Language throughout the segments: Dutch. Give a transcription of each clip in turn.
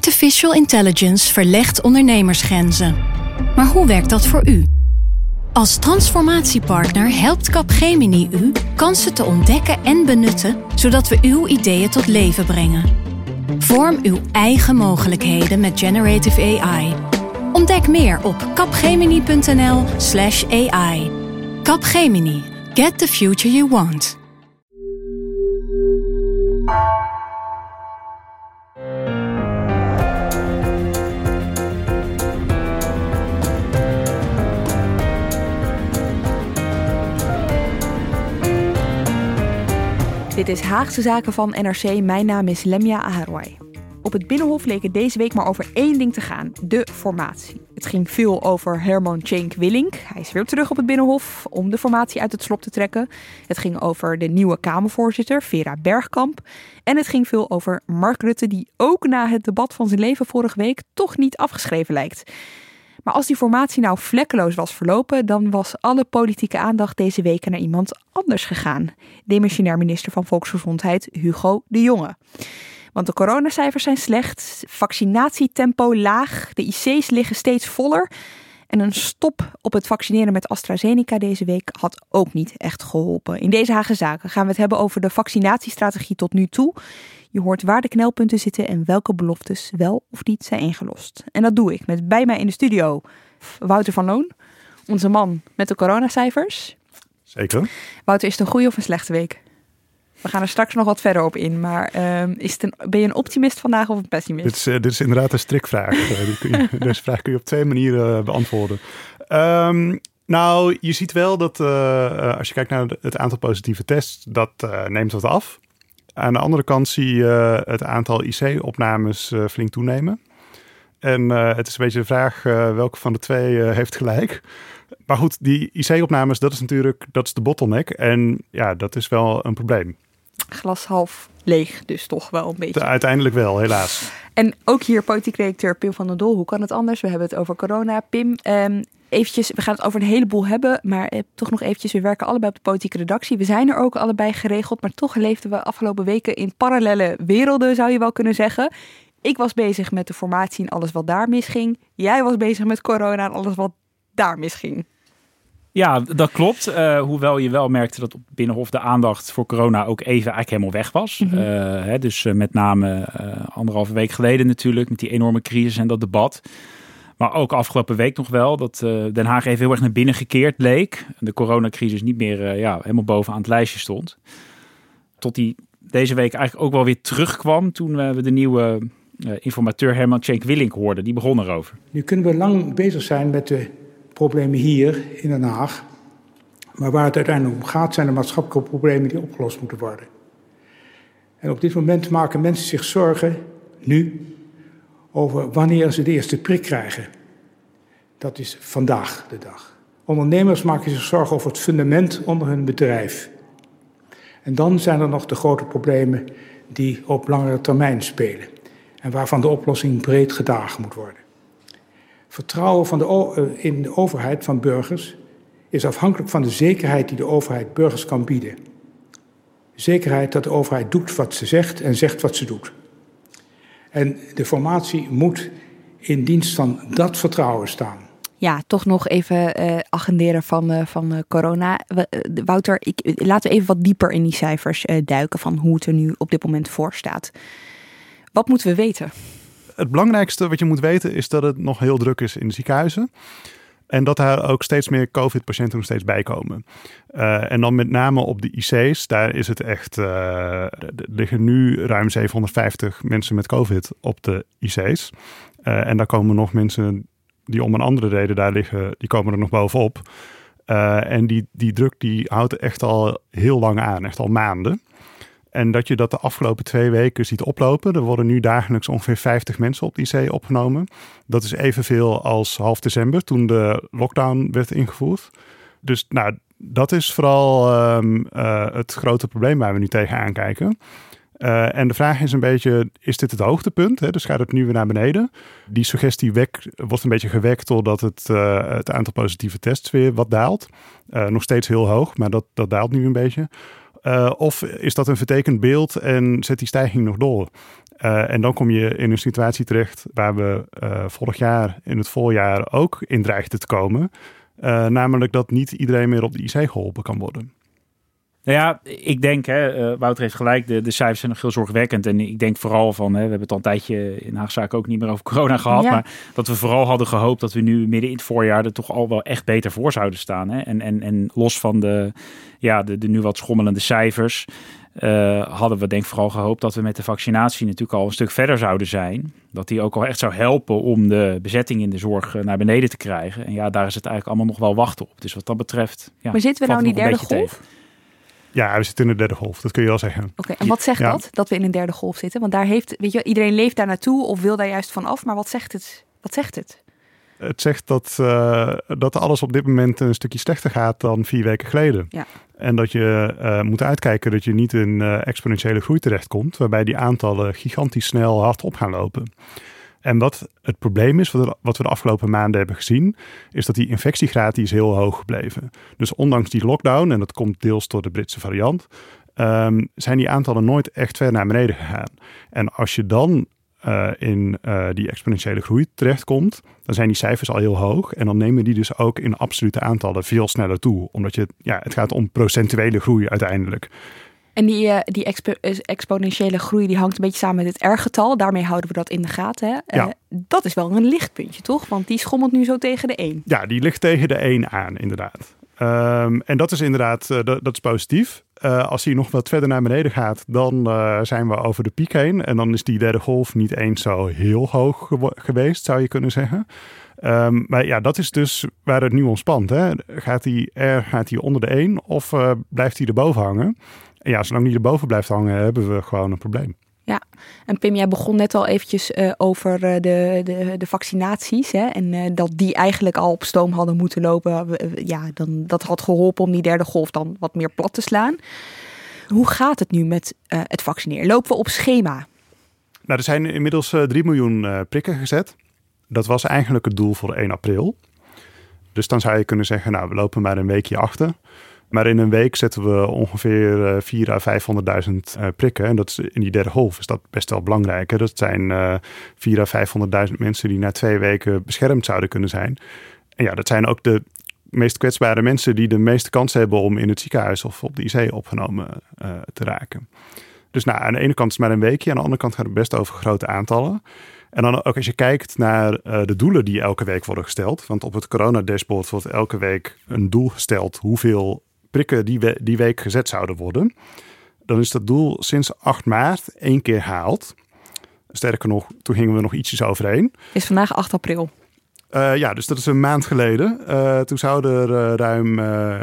Artificial intelligence verlegt ondernemersgrenzen. Maar hoe werkt dat voor u? Als transformatiepartner helpt Capgemini u kansen te ontdekken en benutten, zodat we uw ideeën tot leven brengen. Vorm uw eigen mogelijkheden met Generative AI. Ontdek meer op capgemini.nl/AI. Capgemini. Get the future you want. Dit is Haagse Zaken van NRC. Mijn naam is Lemia Aharwai. Op het Binnenhof leek het deze week maar over één ding te gaan: de formatie. Het ging veel over Herman Tjenk Willink. Hij is weer terug op het Binnenhof om de formatie uit het slop te trekken. Het ging over de nieuwe Kamervoorzitter, Vera Bergkamp. En het ging veel over Mark Rutte, die ook na het debat van zijn leven vorige week toch niet afgeschreven lijkt. Maar als die formatie nou vlekkeloos was verlopen, dan was alle politieke aandacht deze week naar iemand anders gegaan. Demissionair minister van Volksgezondheid Hugo de Jonge. Want de coronacijfers zijn slecht, vaccinatietempo laag, de IC's liggen steeds voller. En een stop op het vaccineren met AstraZeneca deze week had ook niet echt geholpen. In deze Haagse Zaken gaan we het hebben over de vaccinatiestrategie tot nu toe. Je hoort waar de knelpunten zitten en welke beloftes wel of niet zijn ingelost. En dat doe ik met bij mij in de studio Wouter van Loon, onze man met de coronacijfers. Zeker. Wouter, is het een goede of een slechte week? We gaan er straks nog wat verder op in, maar ben je een optimist vandaag of een pessimist? Dit is inderdaad een strikvraag. Deze vraag kun je op twee manieren beantwoorden. Nou, je ziet wel dat als je kijkt naar het aantal positieve tests, dat neemt wat af. Aan de andere kant zie je het aantal IC-opnames flink toenemen. En het is een beetje de vraag welke van de twee heeft gelijk. Maar goed, die IC-opnames, dat is de bottleneck. En ja, dat is wel een probleem. Glas half leeg, dus toch wel een beetje. Uiteindelijk wel, helaas. En ook hier politiek redacteur Pim van der Doel. Hoe kan het anders? We hebben het over corona. Pim, eventjes, we gaan het over een heleboel hebben. Maar toch nog eventjes, we werken allebei op de politieke redactie. We zijn er ook allebei geregeld. Maar toch leefden we afgelopen weken in parallele werelden, zou je wel kunnen zeggen. Ik was bezig met de formatie en alles wat daar misging. Jij was bezig met corona en alles wat daar misging. Ja, dat klopt. Hoewel je wel merkte dat op Binnenhof de aandacht voor corona ook even eigenlijk helemaal weg was. Mm-hmm. Dus met name 1,5 week geleden natuurlijk met die enorme crisis en dat debat. Maar ook afgelopen week nog wel dat Den Haag even heel erg naar binnen gekeerd leek. De coronacrisis niet meer helemaal bovenaan het lijstje stond. Tot die deze week eigenlijk ook wel weer terugkwam toen we de nieuwe informateur Herman Tjenk Willink hoorden. Die begon erover. Nu kunnen we lang bezig zijn met de problemen hier in Den Haag. Maar waar het uiteindelijk om gaat zijn de maatschappelijke problemen die opgelost moeten worden. En op dit moment maken mensen zich zorgen, nu, over wanneer ze de eerste prik krijgen. Dat is vandaag de dag. Ondernemers maken zich zorgen over het fundament onder hun bedrijf. En dan zijn er nog de grote problemen die op langere termijn spelen. En waarvan de oplossing breed gedragen moet worden. Vertrouwen in de overheid van burgers is afhankelijk van de zekerheid die de overheid burgers kan bieden. Zekerheid dat de overheid doet wat ze zegt en zegt wat ze doet. En de formatie moet in dienst van dat vertrouwen staan. Ja, toch nog even agenderen van corona. Wouter, laten we even wat dieper in die cijfers duiken van hoe het er nu op dit moment voor staat. Wat moeten we weten? Het belangrijkste wat je moet weten is dat het nog heel druk is in de ziekenhuizen. En dat daar ook steeds meer COVID-patiënten nog steeds bij komen. En dan met name op de IC's, daar is het echt. Er liggen nu ruim 750 mensen met COVID op de IC's. En daar komen nog mensen die om een andere reden daar liggen, die komen er nog bovenop. En die druk die houdt echt al heel lang aan, echt al maanden. En dat je dat de afgelopen 2 weken ziet oplopen. Er worden nu dagelijks ongeveer 50 mensen op de IC opgenomen. Dat is evenveel als half december toen de lockdown werd ingevoerd. Dus nou, dat is vooral het grote probleem waar we nu tegenaan kijken. En de vraag is een beetje, is dit het hoogtepunt? Hè? Dus gaat het nu weer naar beneden? Die suggestie wordt een beetje gewekt doordat het aantal positieve tests weer wat daalt. Nog steeds heel hoog, maar dat daalt nu een beetje. Of is dat een vertekend beeld en zet die stijging nog door? En dan kom je in een situatie terecht waar we vorig jaar in het voorjaar ook in dreigden te komen. Namelijk dat niet iedereen meer op de IC geholpen kan worden. Nou ja, ik denk, Wouter heeft gelijk, de cijfers zijn nog heel zorgwekkend. En ik denk vooral van, we hebben het al een tijdje in Haagzaken ook niet meer over corona gehad. Ja. Maar dat we vooral hadden gehoopt dat we nu midden in het voorjaar er toch al wel echt beter voor zouden staan. Hè? En los van de nu wat schommelende cijfers, hadden we denk ik vooral gehoopt dat we met de vaccinatie natuurlijk al een stuk verder zouden zijn. Dat die ook al echt zou helpen om de bezetting in de zorg naar beneden te krijgen. En ja, daar is het eigenlijk allemaal nog wel wachten op. Dus wat dat betreft... Ja, maar zitten we nou in die derde golf? Tegen. Ja, we zitten in de derde golf. Dat kun je wel zeggen. Oké, en wat zegt dat we in een derde golf zitten? Want daar iedereen leeft daar naartoe of wil daar juist van af. Maar wat zegt het? Het zegt dat alles op dit moment een stukje slechter gaat dan 4 weken geleden. Ja. En dat je moet uitkijken dat je niet in exponentiële groei terechtkomt, waarbij die aantallen gigantisch snel hard op gaan lopen. En wat het probleem is, wat we de afgelopen maanden hebben gezien, is dat die infectiegraad die is heel hoog gebleven. Dus ondanks die lockdown, en dat komt deels door de Britse variant, zijn die aantallen nooit echt ver naar beneden gegaan. En als je dan in die exponentiële groei terechtkomt, dan zijn die cijfers al heel hoog. En dan nemen die dus ook in absolute aantallen veel sneller toe. Omdat het gaat om procentuele groei uiteindelijk. En die exponentiële groei die hangt een beetje samen met het R-getal. Daarmee houden we dat in de gaten. Hè? Dat is wel een lichtpuntje, toch? Want die schommelt nu zo tegen de 1. Ja, die ligt tegen de 1 aan, inderdaad. En dat is inderdaad dat is positief. Als die nog wat verder naar beneden gaat, dan zijn we over de piek heen. En dan is die derde golf niet eens zo heel hoog geweest, zou je kunnen zeggen. Maar ja, dat is dus waar het nu om spant. Hè? Gaat die onder de 1 of blijft die erboven hangen? En ja, zolang die erboven blijft hangen, hebben we gewoon een probleem. Ja, en Pim, jij begon net al eventjes over de vaccinaties. Hè? En dat die eigenlijk al op stoom hadden moeten lopen. Dat had geholpen om die derde golf dan wat meer plat te slaan. Hoe gaat het nu met het vaccineren? Lopen we op schema? Nou, er zijn inmiddels 3 miljoen prikken gezet. Dat was eigenlijk het doel voor 1 april. Dus dan zou je kunnen zeggen, nou, we lopen maar een weekje achter. Maar in een week zetten we ongeveer 400.000 à 500.000 prikken. En dat is, in die derde golf is dat best wel belangrijk. Hè? Dat zijn 400.000 à 500.000 mensen die na 2 weken beschermd zouden kunnen zijn. En ja, dat zijn ook de meest kwetsbare mensen die de meeste kans hebben om in het ziekenhuis of op de IC opgenomen te raken. Dus nou, aan de ene kant is het maar een weekje. Aan de andere kant gaat het best over grote aantallen. En dan ook als je kijkt naar de doelen die elke week worden gesteld. Want op het coronadashboard wordt elke week een doel gesteld hoeveel prikken die week gezet zouden worden. Dan is dat doel sinds 8 maart 1 keer gehaald. Sterker nog, toen gingen we nog ietsjes overheen. Is vandaag 8 april. Ja, dus dat is een maand geleden. Toen zouden er ruim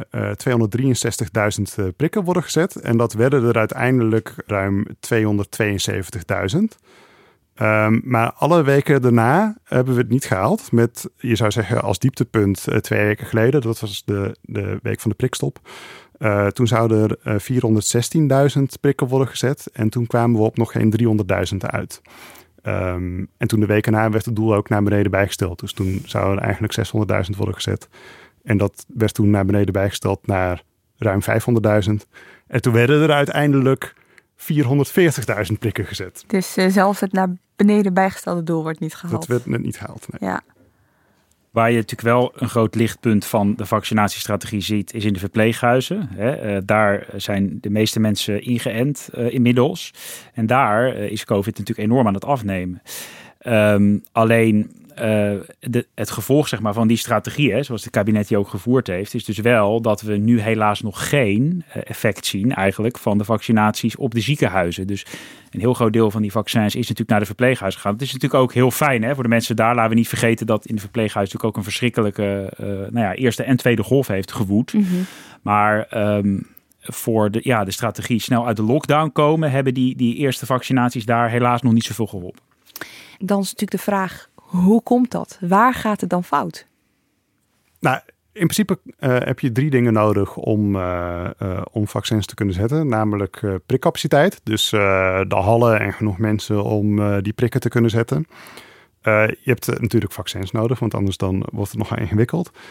263.000 prikken worden gezet. En dat werden er uiteindelijk ruim 272.000. Maar alle weken daarna hebben we het niet gehaald. Met, je zou zeggen, als dieptepunt 2 weken geleden. Dat was de week van de prikstop. Toen zouden er 416.000 prikken worden gezet. En toen kwamen we op nog geen 300.000 uit. En toen de weken na werd het doel ook naar beneden bijgesteld. Dus toen zou er eigenlijk 600.000 worden gezet. En dat werd toen naar beneden bijgesteld naar ruim 500.000. En toen werden er uiteindelijk 440.000 prikken gezet. Dus zelfs het naar beneden bijgestelde doel wordt niet gehaald. Dat werd net niet gehaald, nee. Ja. Waar je natuurlijk wel een groot lichtpunt van de vaccinatiestrategie ziet, is in de verpleeghuizen. Daar zijn de meeste mensen ingeënt inmiddels. En daar is COVID natuurlijk enorm aan het afnemen. Alleen het gevolg zeg maar, van die strategie, zoals het kabinet die ook gevoerd heeft, is dus wel dat we nu helaas nog geen effect zien eigenlijk van de vaccinaties op de ziekenhuizen. Dus een heel groot deel van die vaccins is natuurlijk naar de verpleeghuizen gegaan. Het is natuurlijk ook heel fijn voor de mensen daar. Laten we niet vergeten dat in de verpleeghuizen natuurlijk ook een verschrikkelijke eerste en tweede golf heeft gewoed. Mm-hmm. Maar voor de strategie snel uit de lockdown komen, hebben die eerste vaccinaties daar helaas nog niet zoveel geholpen. Dan is natuurlijk de vraag, hoe komt dat? Waar gaat het dan fout? Nou, in principe heb je 3 dingen nodig om vaccins te kunnen zetten. Namelijk prikcapaciteit. Dus de hallen en genoeg mensen om die prikken te kunnen zetten. Je hebt natuurlijk vaccins nodig, want anders dan wordt het nogal ingewikkeld.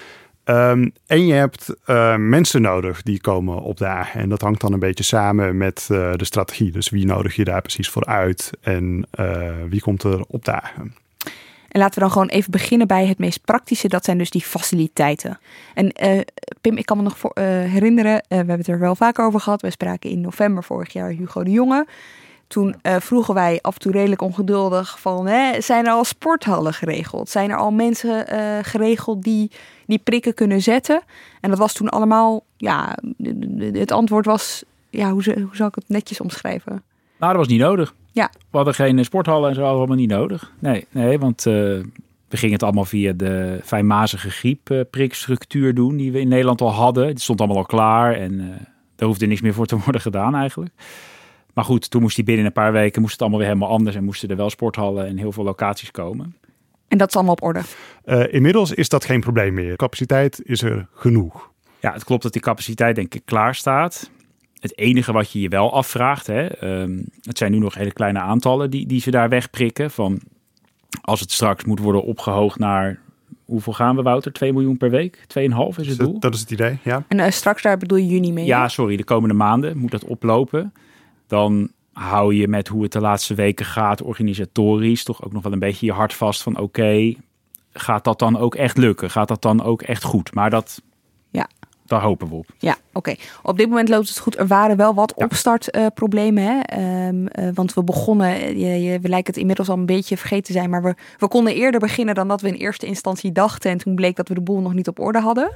En je hebt mensen nodig die komen opdagen. En dat hangt dan een beetje samen met de strategie. Dus wie nodig je daar precies voor uit en wie komt er opdagen? En laten we dan gewoon even beginnen bij het meest praktische. Dat zijn dus die faciliteiten. En Pim, ik kan me nog herinneren, we hebben het er wel vaker over gehad. We spraken in november vorig jaar Hugo de Jonge. Toen vroegen wij af en toe redelijk ongeduldig van, zijn er al sporthallen geregeld? Zijn er al mensen geregeld die prikken kunnen zetten? En dat was toen allemaal, het antwoord was, hoe zal ik het netjes omschrijven? Nou, dat was niet nodig. Ja. We hadden geen sporthallen en zo, allemaal niet nodig. Nee, want we gingen het allemaal via de fijnmazige griepprikstructuur doen die we in Nederland al hadden. Het stond allemaal al klaar en daar hoefde niks meer voor te worden gedaan eigenlijk. Maar goed, toen moest die binnen een paar weken het allemaal weer helemaal anders en moesten er wel sporthallen en heel veel locaties komen. En dat is allemaal op orde? Inmiddels is dat geen probleem meer. Capaciteit is er genoeg. Ja, het klopt dat die capaciteit denk ik klaar staat. Het enige wat je wel afvraagt, het zijn nu nog hele kleine aantallen die ze daar wegprikken. Van als het straks moet worden opgehoogd naar, hoeveel gaan we, Wouter? 2 miljoen per week? 2,5 is het doel? Dat is het idee, ja. En straks daar bedoel je juni mee? Ja, sorry, de komende maanden moet dat oplopen. Dan hou je met hoe het de laatste weken gaat, organisatorisch, toch ook nog wel een beetje je hart vast van oké, gaat dat dan ook echt lukken? Gaat dat dan ook echt goed? Maar daar hopen we op. Ja, oké. Op dit moment loopt het goed. Er waren wel wat opstartproblemen. Want we begonnen, we lijken het inmiddels al een beetje vergeten te zijn, maar we konden eerder beginnen dan dat we in eerste instantie dachten. En toen bleek dat we de boel nog niet op orde hadden.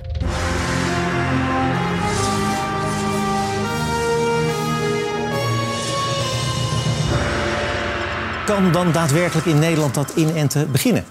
Kan dan daadwerkelijk in Nederland dat inenten beginnen?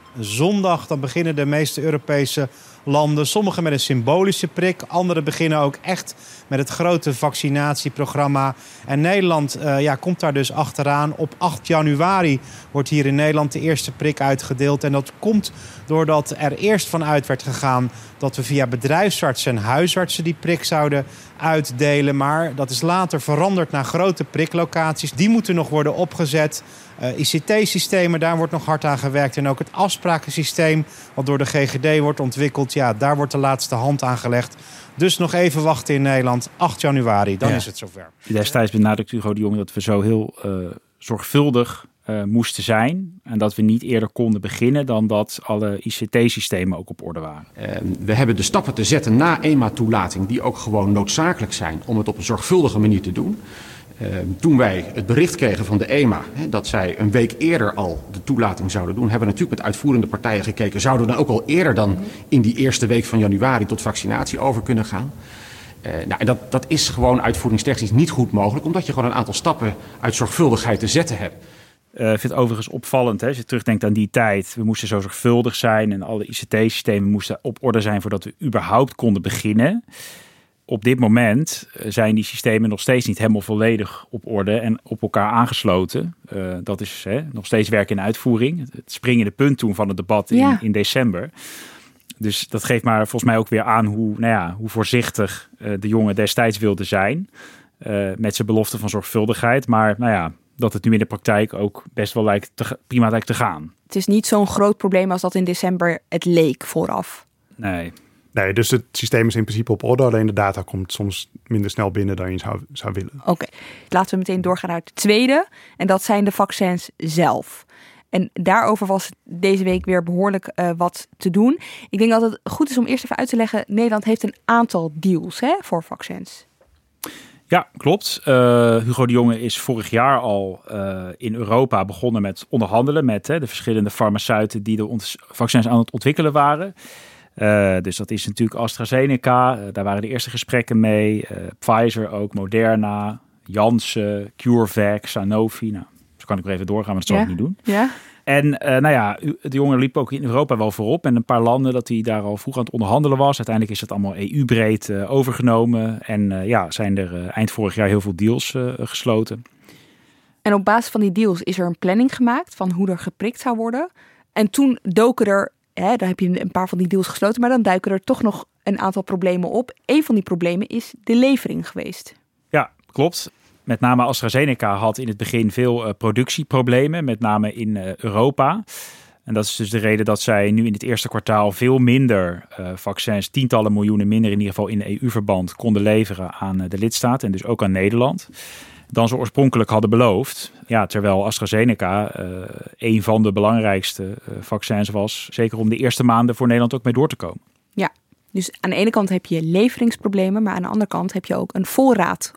Zondag dan beginnen de meeste Europese landen. Sommige met een symbolische prik. Andere beginnen ook echt met het grote vaccinatieprogramma. En Nederland komt daar dus achteraan. Op 8 januari wordt hier in Nederland de eerste prik uitgedeeld. En dat komt doordat er eerst vanuit werd gegaan dat we via bedrijfsartsen en huisartsen die prik zouden uitdelen. Maar dat is later veranderd naar grote priklocaties. Die moeten nog worden opgezet. ICT-systemen, daar wordt nog hard aan gewerkt. En ook het afsprakensysteem, wat door de GGD wordt ontwikkeld, daar wordt de laatste hand aan gelegd. Dus nog even wachten in Nederland, 8 januari, dan is het zover. Destijds benadrukt Hugo de Jonge dat we zo heel zorgvuldig moesten zijn. En dat we niet eerder konden beginnen dan dat alle ICT-systemen ook op orde waren. We hebben de stappen te zetten na EMA-toelating die ook gewoon noodzakelijk zijn om het op een zorgvuldige manier te doen. Toen wij het bericht kregen van de EMA dat zij een week eerder al de toelating zouden doen, hebben we natuurlijk met uitvoerende partijen gekeken, zouden we dan ook al eerder dan in die eerste week van januari tot vaccinatie over kunnen gaan. En dat is gewoon uitvoeringstechnisch niet goed mogelijk, omdat je gewoon een aantal stappen uit zorgvuldigheid te zetten hebt. Ik vind het overigens opvallend, als je terugdenkt aan die tijd. We moesten zo zorgvuldig zijn en alle ICT-systemen moesten op orde zijn voordat we überhaupt konden beginnen. Op dit moment zijn die systemen nog steeds niet helemaal volledig op orde en op elkaar aangesloten. Dat is nog steeds werk in uitvoering. Het springende punt toen van het debat in december. Dus dat geeft maar volgens mij ook weer aan hoe voorzichtig de jongen destijds wilde zijn. Met zijn belofte van zorgvuldigheid. Maar dat het nu in de praktijk ook best wel prima lijkt te gaan. Het is niet zo'n groot probleem als dat in december het leek vooraf. Nee, dus het systeem is in principe op orde. Alleen de data komt soms minder snel binnen dan je zou willen. Oké, laten we meteen doorgaan naar het tweede. En dat zijn de vaccins zelf. En daarover was deze week weer behoorlijk wat te doen. Ik denk dat het goed is om eerst even uit te leggen. Nederland heeft een aantal deals voor vaccins. Ja, klopt. Hugo de Jonge is vorig jaar al in Europa begonnen met onderhandelen met de verschillende farmaceuten die de vaccins aan het ontwikkelen waren. Dus dat is natuurlijk AstraZeneca. Daar waren de eerste gesprekken mee. Pfizer ook, Moderna, Janssen, CureVac, Sanofi. Nou, zo kan ik weer even doorgaan, maar dat zal ik niet doen. Ja. En de jongen liep ook in Europa wel voorop. En een paar landen dat hij daar al vroeg aan het onderhandelen was. Uiteindelijk is dat allemaal EU-breed overgenomen. En zijn er eind vorig jaar heel veel deals gesloten. En op basis van die deals is er een planning gemaakt van hoe er geprikt zou worden. En toen doken er, dan heb je een paar van die deals gesloten, maar dan duiken er toch nog een aantal problemen op. Een van die problemen is de levering geweest. Ja, klopt. Met name AstraZeneca had in het begin veel productieproblemen, met name in Europa. En dat is dus de reden dat zij nu in het eerste kwartaal veel minder vaccins, tientallen miljoenen minder in ieder geval in EU-verband, konden leveren aan de lidstaten en dus ook aan Nederland, dan ze oorspronkelijk hadden beloofd. Ja, terwijl AstraZeneca een van de belangrijkste vaccins was, zeker om de eerste maanden voor Nederland ook mee door te komen. Ja, dus aan de ene kant heb je leveringsproblemen, maar aan de andere kant heb je ook een voorraad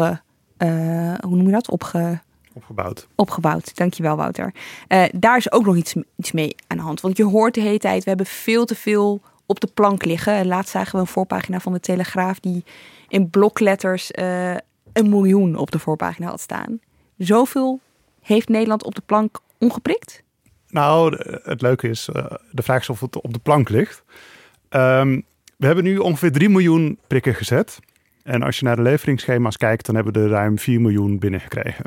opgebouwd. Dankjewel, Wouter. Daar is ook nog iets mee aan de hand. Want je hoort de hele tijd, we hebben veel te veel op de plank liggen. Laatst zagen we een voorpagina van de Telegraaf die in blokletters 1 miljoen op de voorpagina had staan. Zoveel heeft Nederland op de plank ongeprikt? Nou, het leuke is, de vraag is of het op de plank ligt. We hebben nu ongeveer 3 miljoen prikken gezet. En als je naar de leveringsschema's kijkt, dan hebben we er ruim 4 miljoen binnengekregen.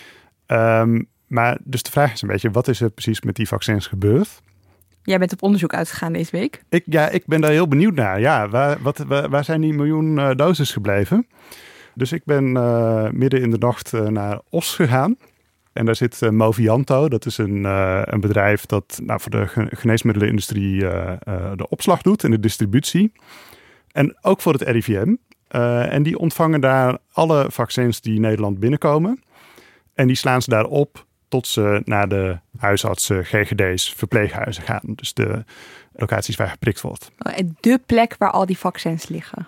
Maar dus de vraag is een beetje, wat is er precies met die vaccins gebeurd? Jij bent op onderzoek uitgegaan deze week. Ik ben daar heel benieuwd naar. Ja, waar zijn die miljoen doses gebleven? Dus ik ben midden in de nacht naar Os gegaan. En daar zit Movianto. Dat is een bedrijf dat voor de geneesmiddelenindustrie de opslag doet en de distributie. En ook voor het RIVM. En die ontvangen daar alle vaccins die Nederland binnenkomen. En die slaan ze daar op tot ze naar de huisartsen, GGD's, verpleeghuizen gaan. Dus de locaties waar geprikt wordt. De plek waar al die vaccins liggen.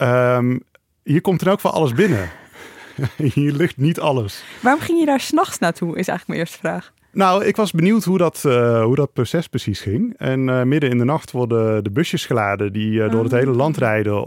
Hier komt er ook wel alles binnen. Hier ligt niet alles. Waarom ging je daar 's nachts naartoe, is eigenlijk mijn eerste vraag. Nou, ik was benieuwd hoe dat proces precies ging. En midden in de nacht worden de busjes geladen die door het hele land rijden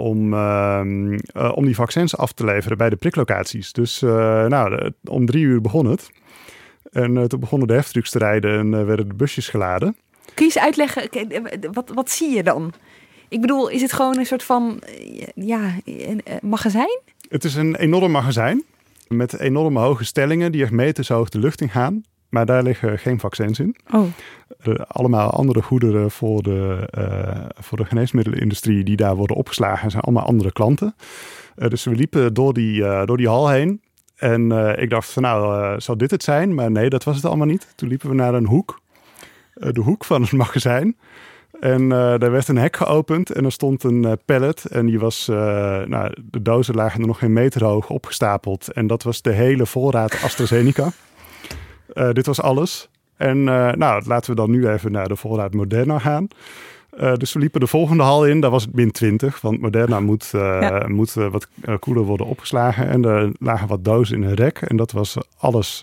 om die vaccins af te leveren bij de priklocaties. Dus om 3 uur begon het. En toen begonnen de heftrucks te rijden en werden de busjes geladen. Kun je eens uitleggen, wat zie je dan? Ik bedoel, is het gewoon een soort van een magazijn? Het is een enorm magazijn met enorme hoge stellingen die echt meters hoog de lucht in gaan. Maar daar liggen geen vaccins in. Oh. Allemaal andere goederen voor de geneesmiddelenindustrie die daar worden opgeslagen zijn allemaal andere klanten. Dus we liepen door die hal heen. En ik dacht van zal dit het zijn? Maar nee, dat was het allemaal niet. Toen liepen we naar een hoek. De hoek van het magazijn. En daar werd een hek geopend en er stond een pallet. En die was, de dozen lagen er nog geen meter hoog opgestapeld. En dat was de hele voorraad AstraZeneca. Dit was alles. En laten we dan nu even naar de voorraad Moderna gaan. Dus we liepen de volgende hal in. Daar was het -20, want Moderna moet wat koeler worden opgeslagen. En er lagen wat dozen in een rek. En dat was alles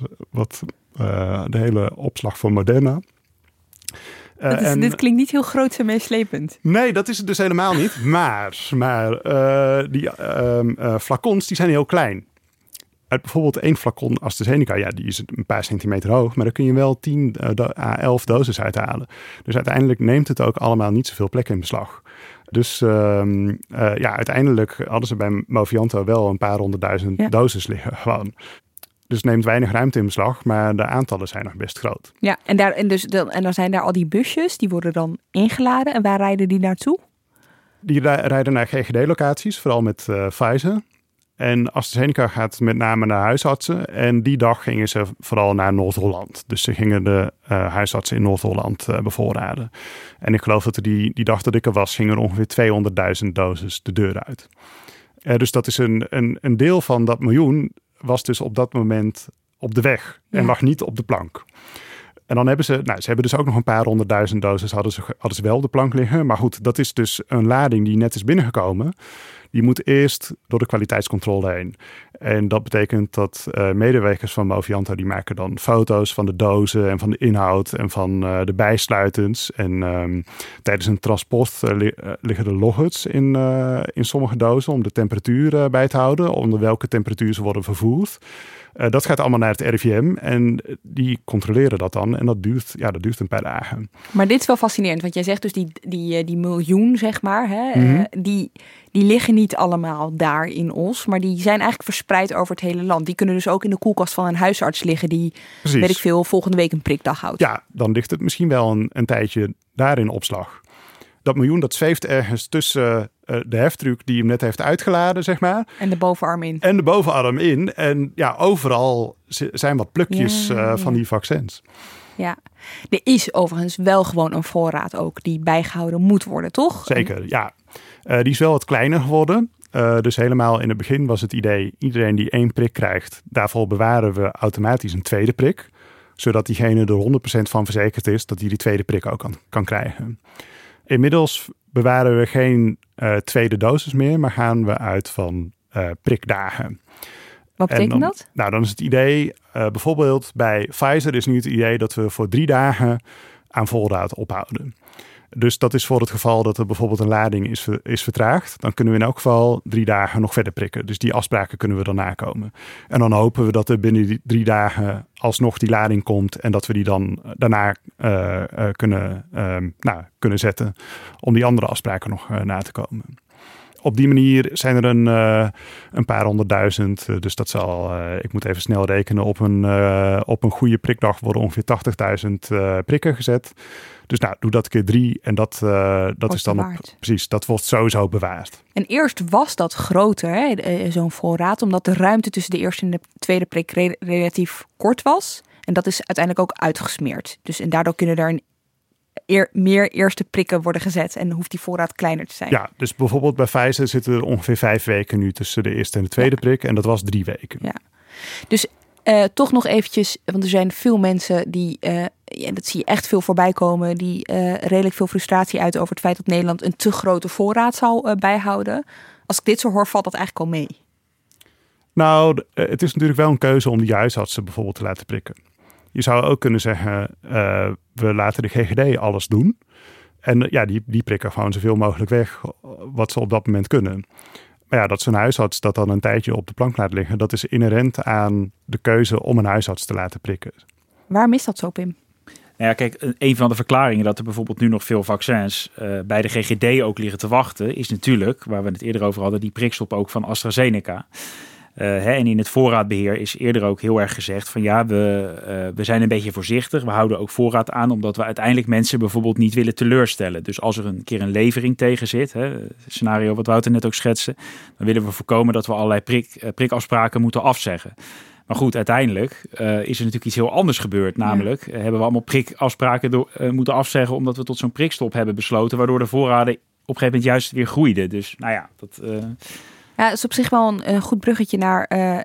de hele opslag voor Moderna. Dit klinkt niet heel groot en meeslepend. Nee, dat is het dus helemaal niet. Maar die flacons die zijn heel klein. Uit bijvoorbeeld 1 flacon AstraZeneca, die is een paar centimeter hoog, maar daar kun je wel 10 à 11 doses uithalen. Dus uiteindelijk neemt het ook allemaal niet zoveel plek in beslag. Dus uiteindelijk hadden ze bij Movianto wel een paar 100.000 doses liggen gewoon. Dus het neemt weinig ruimte in beslag, maar de aantallen zijn nog best groot. Ja, en dan zijn daar al die busjes, die worden dan ingeladen. En waar rijden die naartoe? Die rijden naar GGD-locaties, vooral met Pfizer. En AstraZeneca gaat met name naar huisartsen. En die dag gingen ze vooral naar Noord-Holland. Dus ze gingen de huisartsen in Noord-Holland bevoorraden. En ik geloof dat die dag dat ik er was, gingen er ongeveer 200.000 doses de deur uit. Dus dat is een deel van dat miljoen was dus op dat moment op de weg en lag niet op de plank. En dan hebben ze hebben dus ook nog een paar 100.000 doses hadden ze wel op de plank liggen. Maar goed, dat is dus een lading die net is binnengekomen. Die moet eerst door de kwaliteitscontrole heen. En dat betekent dat medewerkers van Movianto die maken dan foto's van de dozen en van de inhoud en van de bijsluitens. En tijdens een transport liggen er loggers in sommige dozen om de temperatuur bij te houden. Onder welke temperatuur ze worden vervoerd. Dat gaat allemaal naar het RIVM en die controleren dat dan. En dat duurt een paar dagen. Maar dit is wel fascinerend, want jij zegt dus die miljoen, zeg maar, hè, die liggen niet allemaal daar in Os, maar die zijn eigenlijk verspreid over het hele land. Die kunnen dus ook in de koelkast van een huisarts liggen die, weet ik veel, volgende week een prikdag houdt. Ja, dan ligt het misschien wel een tijdje daar in opslag. Dat miljoen, dat zweeft ergens tussen de heftruck die hem net heeft uitgeladen, zeg maar. En de bovenarm in. En overal zijn wat plukjes van die vaccins. Ja, er is overigens wel gewoon een voorraad ook die bijgehouden moet worden, toch? Zeker, ja. Die is wel wat kleiner geworden. Dus helemaal in het begin was het idee, iedereen die 1 prik krijgt, daarvoor bewaren we automatisch een tweede prik. Zodat diegene er 100% van verzekerd is dat hij die tweede prik ook kan krijgen. Inmiddels bewaren we geen tweede dosis meer, maar gaan we uit van prikdagen. Wat betekent dat? Nou, dan is het idee, bijvoorbeeld bij Pfizer is nu het idee dat we voor 3 dagen aan voorraad ophouden. Dus dat is voor het geval dat er bijvoorbeeld een lading is vertraagd. Dan kunnen we in elk geval 3 dagen nog verder prikken. Dus die afspraken kunnen we dan nakomen. En dan hopen we dat er binnen die 3 dagen alsnog die lading komt. En dat we die dan daarna kunnen zetten om die andere afspraken nog na te komen. Op die manier zijn er een paar 100.000. Dus dat zal, ik moet even snel rekenen, op een goede prikdag worden ongeveer 80.000 prikken gezet. Dus nou, doe dat keer 3 en dat is dan precies, dat wordt sowieso bewaard. En eerst was dat groter, hè, zo'n voorraad, omdat de ruimte tussen de eerste en de tweede prik relatief kort was. En dat is uiteindelijk ook uitgesmeerd. Dus en daardoor kunnen er meer eerste prikken worden gezet en hoeft die voorraad kleiner te zijn. Ja, dus bijvoorbeeld bij Pfizer zitten er ongeveer 5 weken nu tussen de eerste en de tweede prik. En dat was 3 weken. Ja, dus toch nog eventjes, want er zijn veel mensen die, en dat zie je echt veel voorbij komen, die redelijk veel frustratie uit over het feit dat Nederland een te grote voorraad zal bijhouden. Als ik dit zo hoor, valt dat eigenlijk al mee. Nou, het is natuurlijk wel een keuze om die huisartsen bijvoorbeeld te laten prikken. Je zou ook kunnen zeggen, we laten de GGD alles doen. En ja, die prikken gewoon zoveel mogelijk weg wat ze op dat moment kunnen. Maar ja, dat zo'n huisarts dat dan een tijdje op de plank laat liggen, dat is inherent aan de keuze om een huisarts te laten prikken. Waarom is dat zo, Pim? Nou ja, kijk, een van de verklaringen dat er bijvoorbeeld nu nog veel vaccins bij de GGD ook liggen te wachten, is natuurlijk, waar we het eerder over hadden, die prikstop ook van AstraZeneca. En in het voorraadbeheer is eerder ook heel erg gezegd van ja, we zijn een beetje voorzichtig. We houden ook voorraad aan omdat we uiteindelijk mensen bijvoorbeeld niet willen teleurstellen. Dus als er een keer een levering tegen zit, het scenario wat Wouter net ook schetste, dan willen we voorkomen dat we allerlei prikafspraken moeten afzeggen. Maar goed, uiteindelijk is er natuurlijk iets heel anders gebeurd. Namelijk hebben we allemaal prikafspraken moeten afzeggen omdat we tot zo'n prikstop hebben besloten, waardoor de voorraden op een gegeven moment juist weer groeiden. Dus nou ja, dat... Ja, het is op zich wel een goed bruggetje naar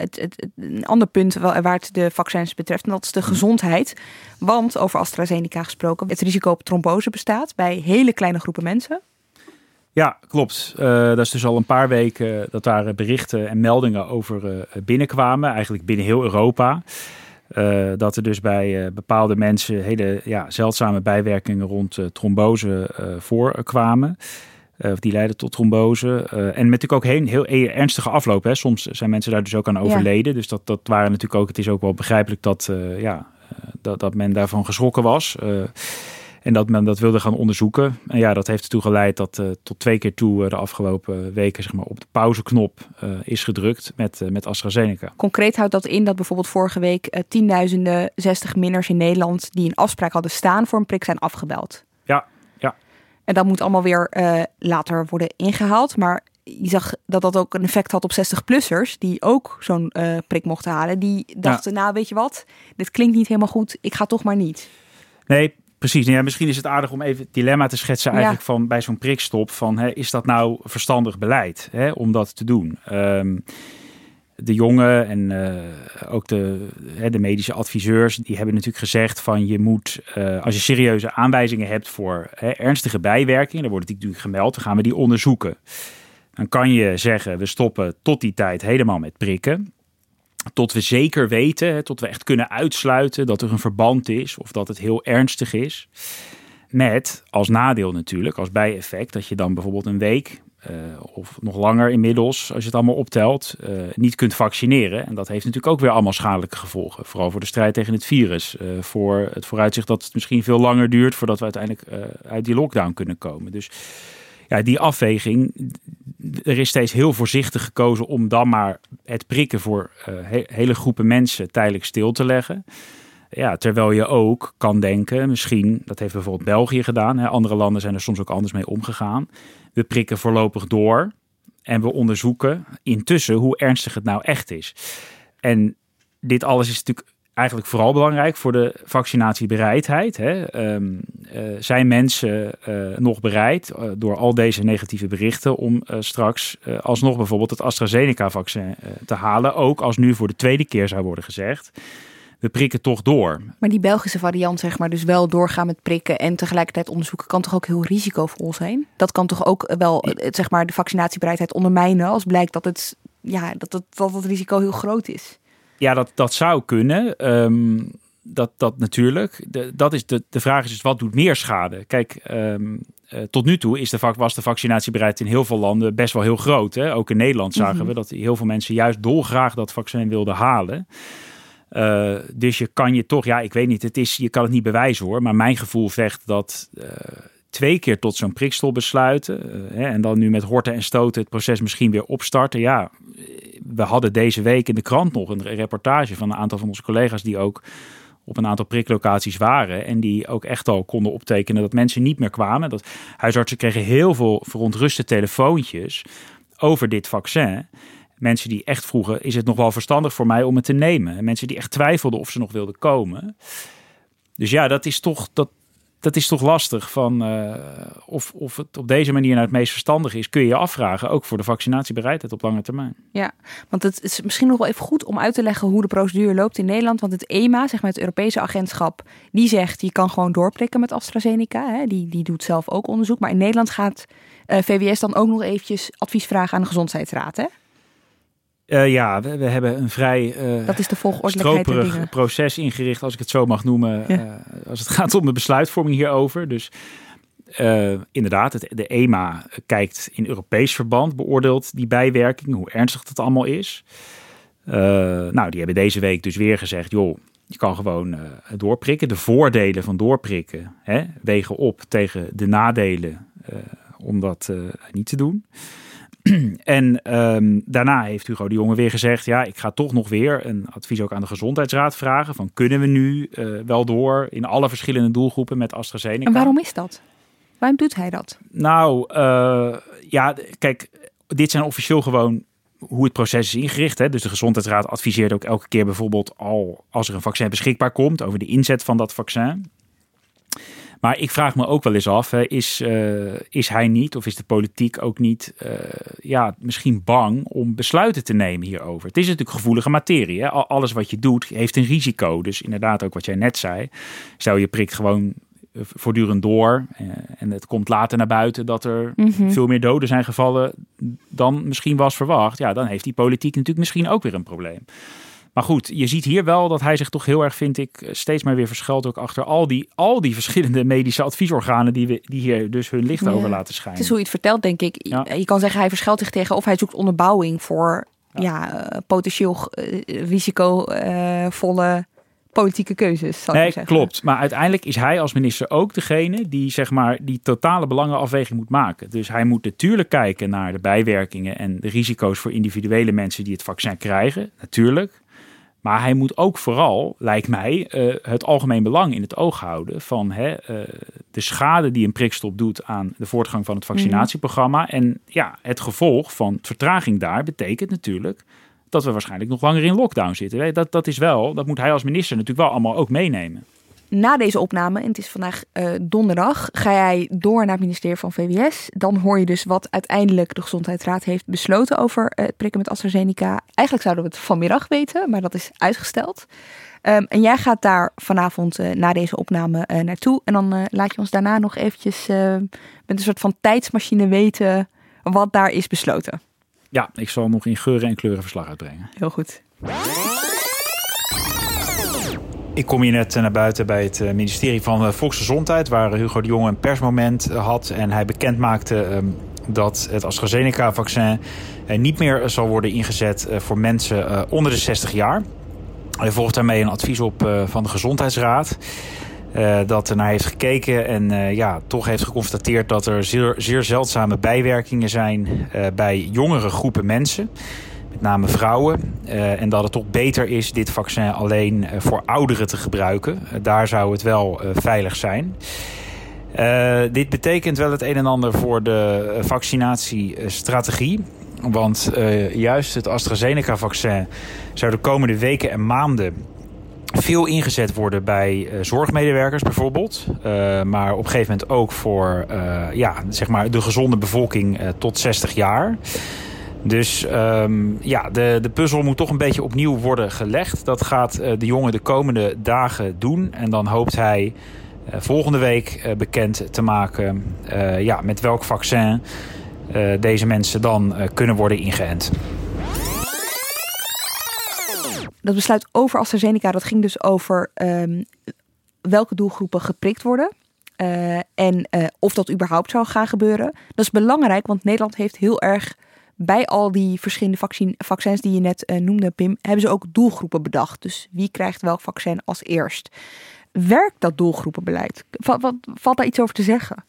een ander punt waar het de vaccins betreft. En dat is de gezondheid. Want, over AstraZeneca gesproken, het risico op trombose bestaat bij hele kleine groepen mensen. Ja, klopt. Dat is dus al een paar weken dat daar berichten en meldingen over binnenkwamen. Eigenlijk binnen heel Europa. Dat er dus bij bepaalde mensen hele zeldzame bijwerkingen rond trombose voorkwamen. Die leiden tot trombose. En met natuurlijk ook heel ernstige afloop. Hè. Soms zijn mensen daar dus ook aan overleden. Dus dat waren natuurlijk ook. Het is ook wel begrijpelijk dat men daarvan geschrokken was. En dat men dat wilde gaan onderzoeken. En ja, dat heeft ertoe geleid dat tot 2 keer toe de afgelopen weken zeg maar, op de pauzeknop is gedrukt met AstraZeneca. Concreet houdt dat in dat bijvoorbeeld vorige week 10.000 60-minners in Nederland die een afspraak hadden staan voor een prik zijn afgebeld. Ja. En dat moet allemaal weer later worden ingehaald. Maar je zag dat ook een effect had op 60-plussers... die ook zo'n prik mochten halen. Die dachten, nou weet je wat, dit klinkt niet helemaal goed. Ik ga toch maar niet. Nee, precies. Ja, misschien is het aardig om even het dilemma te schetsen... eigenlijk van bij zo'n prikstop. Van, is dat nou verstandig beleid om dat te doen? De jongen en ook de medische adviseurs, die hebben natuurlijk gezegd van je moet, als je serieuze aanwijzingen hebt voor ernstige bijwerkingen, dan wordt het natuurlijk gemeld, dan gaan we die onderzoeken. Dan kan je zeggen, we stoppen tot die tijd helemaal met prikken. Tot we zeker weten, tot we echt kunnen uitsluiten dat er een verband is of dat het heel ernstig is. Met als nadeel natuurlijk, als bijeffect, dat je dan bijvoorbeeld een week... of nog langer inmiddels, als je het allemaal optelt, niet kunt vaccineren. En dat heeft natuurlijk ook weer allemaal schadelijke gevolgen. Vooral voor de strijd tegen het virus. Voor het vooruitzicht dat het misschien veel langer duurt voordat we uiteindelijk uit die lockdown kunnen komen. Dus ja, die afweging, er is steeds heel voorzichtig gekozen om dan maar het prikken voor hele groepen mensen tijdelijk stil te leggen. Ja, terwijl je ook kan denken, misschien, dat heeft bijvoorbeeld België gedaan. Andere landen zijn er soms ook anders mee omgegaan. We prikken voorlopig door en we onderzoeken intussen hoe ernstig het nou echt is. En dit alles is natuurlijk eigenlijk vooral belangrijk voor de vaccinatiebereidheid. Hè. Zijn mensen nog bereid door al deze negatieve berichten om straks alsnog bijvoorbeeld het AstraZeneca-vaccin te halen? Ook als nu voor de tweede keer zou worden gezegd, we prikken toch door. Maar die Belgische variant, zeg maar, dus wel doorgaan met prikken en tegelijkertijd onderzoeken, kan toch ook heel risicovol zijn? Dat kan toch ook wel, zeg maar, de vaccinatiebereidheid ondermijnen als blijkt dat het risico heel groot is? Ja, dat zou kunnen. Dat natuurlijk. Dat is de vraag is dus, wat doet meer schade? Kijk, tot nu toe was de vaccinatiebereidheid in heel veel landen best wel heel groot. Hè? Ook in Nederland zagen we dat heel veel mensen juist dolgraag dat vaccin wilden halen. Dus je kan je toch, ik weet niet, je kan het niet bewijzen hoor. Maar mijn gevoel zegt dat 2 keer tot zo'n prikstop besluiten. En dan nu met horten en stoten het proces misschien weer opstarten. Ja, we hadden deze week in de krant nog een reportage van een aantal van onze collega's die ook op een aantal priklocaties waren. En die ook echt al konden optekenen dat mensen niet meer kwamen. Dat huisartsen kregen heel veel verontruste telefoontjes over dit vaccin. Mensen die echt vroegen, is het nog wel verstandig voor mij om het te nemen? En mensen die echt twijfelden of ze nog wilden komen. Dus ja, dat is toch lastig. Of het op deze manier nou het meest verstandig is, kun je je afvragen. Ook voor de vaccinatiebereidheid op lange termijn. Ja, want het is misschien nog wel even goed om uit te leggen hoe de procedure loopt in Nederland. Want het EMA, zeg maar het Europese agentschap, die zegt je kan gewoon doorprikken met AstraZeneca. Hè? Die doet zelf ook onderzoek. Maar in Nederland gaat VWS dan ook nog eventjes advies vragen aan de Gezondheidsraad, hè? We hebben een vrij dat is de stroperig proces ingericht, als ik het zo mag noemen, als het gaat om de besluitvorming hierover. Dus inderdaad, de EMA kijkt in Europees verband, beoordeelt die bijwerking, hoe ernstig dat allemaal is. Die hebben deze week dus weer gezegd, joh, je kan gewoon doorprikken. De voordelen van doorprikken wegen op tegen de nadelen om dat niet te doen. En daarna heeft Hugo de Jonge weer gezegd, ik ga toch nog weer een advies ook aan de Gezondheidsraad vragen. Van kunnen we nu wel door in alle verschillende doelgroepen met AstraZeneca? En waarom is dat? Waarom doet hij dat? Nou, kijk, dit zijn officieel gewoon hoe het proces is ingericht. Hè? Dus de Gezondheidsraad adviseert ook elke keer bijvoorbeeld al als er een vaccin beschikbaar komt over de inzet van dat vaccin. Maar ik vraag me ook wel eens af, is hij niet of is de politiek ook niet misschien bang om besluiten te nemen hierover? Het is natuurlijk gevoelige materie. Hè? Alles wat je doet heeft een risico. Dus inderdaad ook wat jij net zei. Stel je prikt gewoon voortdurend door en het komt later naar buiten dat er veel meer doden zijn gevallen dan misschien was verwacht. Ja, dan heeft die politiek natuurlijk misschien ook weer een probleem. Maar goed, je ziet hier wel dat hij zich toch heel erg, vind ik, steeds maar weer verschuilt ook achter al die verschillende medische adviesorganen die hier dus hun licht over laten schijnen. Het is hoe je het vertelt, denk ik. Ja. Je kan zeggen hij verschuilt zich tegen of hij zoekt onderbouwing voor potentieel risicovolle politieke keuzes. Zal ik maar zeggen. Klopt. Maar uiteindelijk is hij als minister ook degene die zeg maar die totale belangenafweging moet maken. Dus hij moet natuurlijk kijken naar de bijwerkingen en de risico's voor individuele mensen die het vaccin krijgen. Natuurlijk. Maar hij moet ook vooral, lijkt mij, het algemeen belang in het oog houden van de schade die een prikstop doet aan de voortgang van het vaccinatieprogramma. En het gevolg van vertraging daar betekent natuurlijk dat we waarschijnlijk nog langer in lockdown zitten. Dat moet hij als minister natuurlijk wel allemaal ook meenemen. Na deze opname, en het is vandaag donderdag, ga jij door naar het ministerie van VWS. Dan hoor je dus wat uiteindelijk de Gezondheidsraad heeft besloten over het prikken met AstraZeneca. Eigenlijk zouden we het vanmiddag weten, maar dat is uitgesteld. En jij gaat daar vanavond na deze opname naartoe. En dan laat je ons daarna nog eventjes met een soort van tijdsmachine weten wat daar is besloten. Ja, ik zal nog in geuren en kleuren verslag uitbrengen. Heel goed. Ik kom hier net naar buiten bij het ministerie van Volksgezondheid, waar Hugo de Jonge een persmoment had. En hij bekendmaakte dat het AstraZeneca-vaccin niet meer zal worden ingezet voor mensen onder de 60 jaar. Hij volgt daarmee een advies op van de Gezondheidsraad. Dat er naar heeft gekeken en toch heeft geconstateerd dat er zeer zeldzame bijwerkingen zijn bij jongere groepen mensen. Met name vrouwen. En dat het toch beter is dit vaccin alleen voor ouderen te gebruiken. Daar zou het wel veilig zijn. Dit betekent wel het een en ander voor de vaccinatiestrategie. Want juist het AstraZeneca-vaccin zou de komende weken en maanden veel ingezet worden bij zorgmedewerkers bijvoorbeeld. Maar op een gegeven moment ook voor zeg maar de gezonde bevolking tot 60 jaar. Dus de puzzel moet toch een beetje opnieuw worden gelegd. Dat gaat de jongen de komende dagen doen. En dan hoopt hij volgende week bekend te maken met welk vaccin deze mensen dan kunnen worden ingeënt. Dat besluit over AstraZeneca, dat ging dus over welke doelgroepen geprikt worden. En of dat überhaupt zou gaan gebeuren. Dat is belangrijk, want Nederland heeft heel erg bij al die verschillende vaccins die je net noemde, Pim, hebben ze ook doelgroepen bedacht. Dus wie krijgt welk vaccin als eerst? Werkt dat doelgroepenbeleid? Valt daar iets over te zeggen?